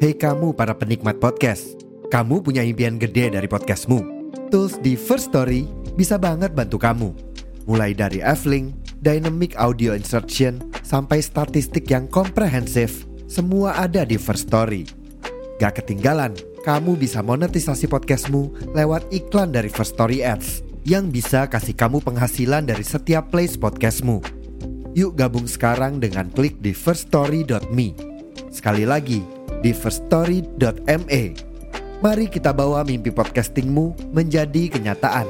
Hei kamu para penikmat podcast, kamu punya impian gede dari podcastmu. Tools di First Story bisa banget bantu kamu. Mulai dari F-Link, Dynamic Audio Insertion, sampai statistik yang komprehensif, semua ada di First Story. Gak ketinggalan, kamu bisa monetisasi podcastmu lewat iklan dari First Story Ads yang bisa kasih kamu penghasilan dari setiap plays podcastmu. Yuk gabung sekarang dengan klik di firststory.me. Sekali lagi, di firststory.me. Mari kita bawa mimpi podcastingmu menjadi kenyataan.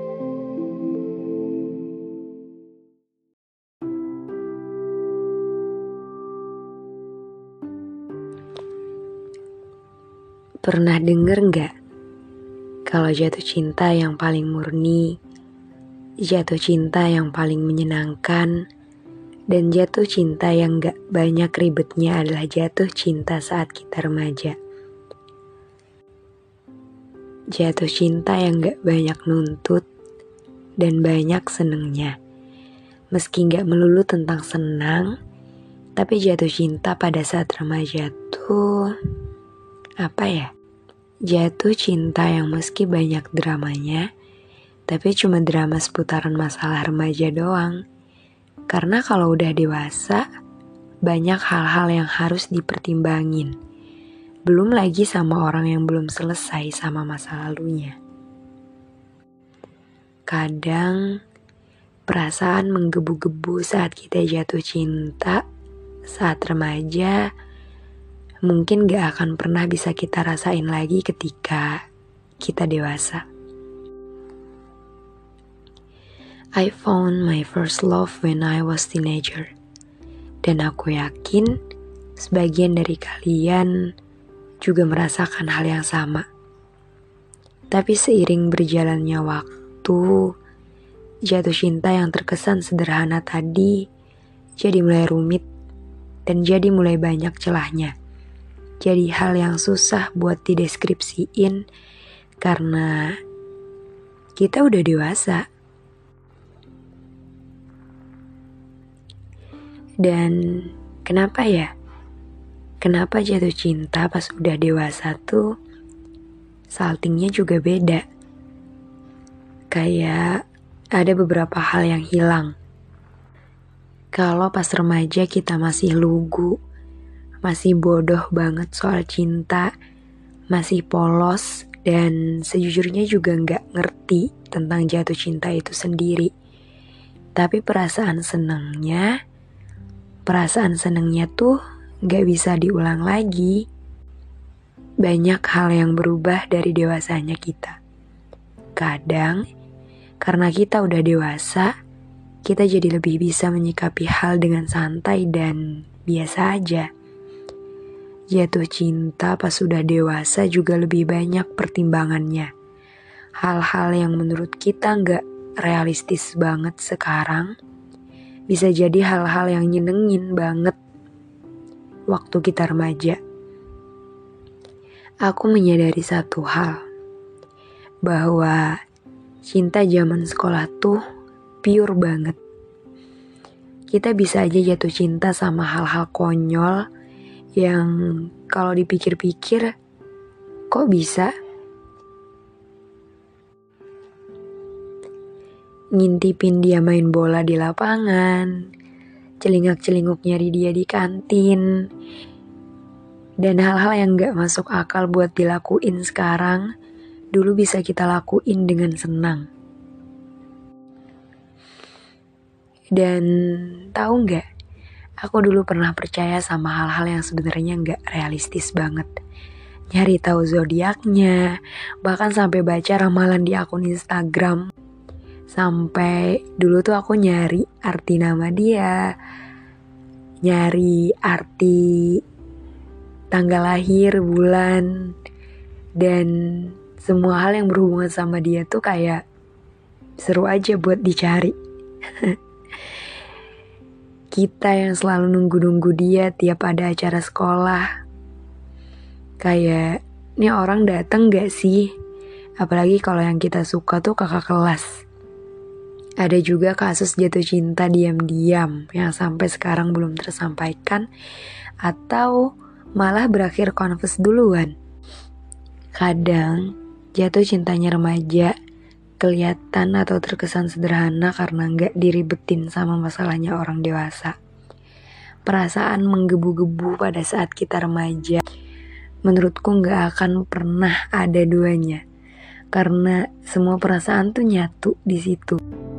Pernah denger gak? Kalau jatuh cinta yang paling murni, jatuh cinta yang paling menyenangkan, dan jatuh cinta yang gak banyak ribetnya adalah jatuh cinta saat kita remaja. Jatuh cinta yang gak banyak nuntut dan banyak senengnya. Meski gak melulu tentang senang, tapi jatuh cinta pada saat remaja tuh, apa ya? Jatuh cinta yang meski banyak dramanya, tapi cuma drama seputaran masalah remaja doang. Karena kalau udah dewasa, banyak hal-hal yang harus dipertimbangin. Belum lagi sama orang yang belum selesai sama masa lalunya. Kadang, perasaan menggebu-gebu saat kita jatuh cinta, saat remaja, mungkin gak akan pernah bisa kita rasain lagi ketika kita dewasa. I found my first love when I was teenager. Dan aku yakin sebagian dari kalian juga merasakan hal yang sama. Tapi seiring berjalannya waktu, jatuh cinta yang terkesan sederhana tadi jadi mulai rumit dan jadi mulai banyak celahnya. Jadi hal yang susah buat dideskripsiin karena kita udah dewasa. Dan kenapa ya? Kenapa jatuh cinta pas udah dewasa tuh saltingnya juga beda? Kayak ada beberapa hal yang hilang. Kalau pas remaja kita masih lugu, masih bodoh banget soal cinta, masih polos, dan sejujurnya juga gak ngerti tentang jatuh cinta itu sendiri. Tapi perasaan senengnya tuh gak bisa diulang lagi. Banyak hal yang berubah dari dewasanya kita. Kadang, karena kita udah dewasa, kita jadi lebih bisa menyikapi hal dengan santai dan biasa aja. Jatuh cinta pas udah dewasa juga lebih banyak pertimbangannya. Hal-hal yang menurut kita gak realistis banget sekarang, bisa jadi hal-hal yang nyenengin banget waktu kita remaja. Aku menyadari satu hal, bahwa cinta zaman sekolah tuh pure banget. Kita bisa aja jatuh cinta sama hal-hal konyol yang kalau dipikir-pikir, kok bisa? Ngintipin dia main bola di lapangan, celingak-celinguk nyari dia di kantin, dan hal-hal yang gak masuk akal buat dilakuin sekarang, dulu bisa kita lakuin dengan senang. Dan tahu gak, aku dulu pernah percaya sama hal-hal yang sebenarnya gak realistis banget. Nyari tahu zodiaknya, bahkan sampai baca ramalan di akun Instagram. Sampai dulu tuh aku nyari arti nama dia, nyari arti tanggal lahir, bulan, dan semua hal yang berhubungan sama dia tuh kayak seru aja buat dicari. Kita yang selalu nunggu-nunggu dia tiap ada acara sekolah. Kayak, ini orang dateng gak sih? Apalagi kalau yang kita suka tuh kakak kelas. Ada juga kasus jatuh cinta diam-diam yang sampai sekarang belum tersampaikan, atau malah berakhir confess duluan. Kadang jatuh cintanya remaja kelihatan atau terkesan sederhana karena gak diribetin sama masalahnya orang dewasa. Perasaan menggebu-gebu pada saat kita remaja menurutku gak akan pernah ada duanya, karena semua perasaan tuh nyatu di situ.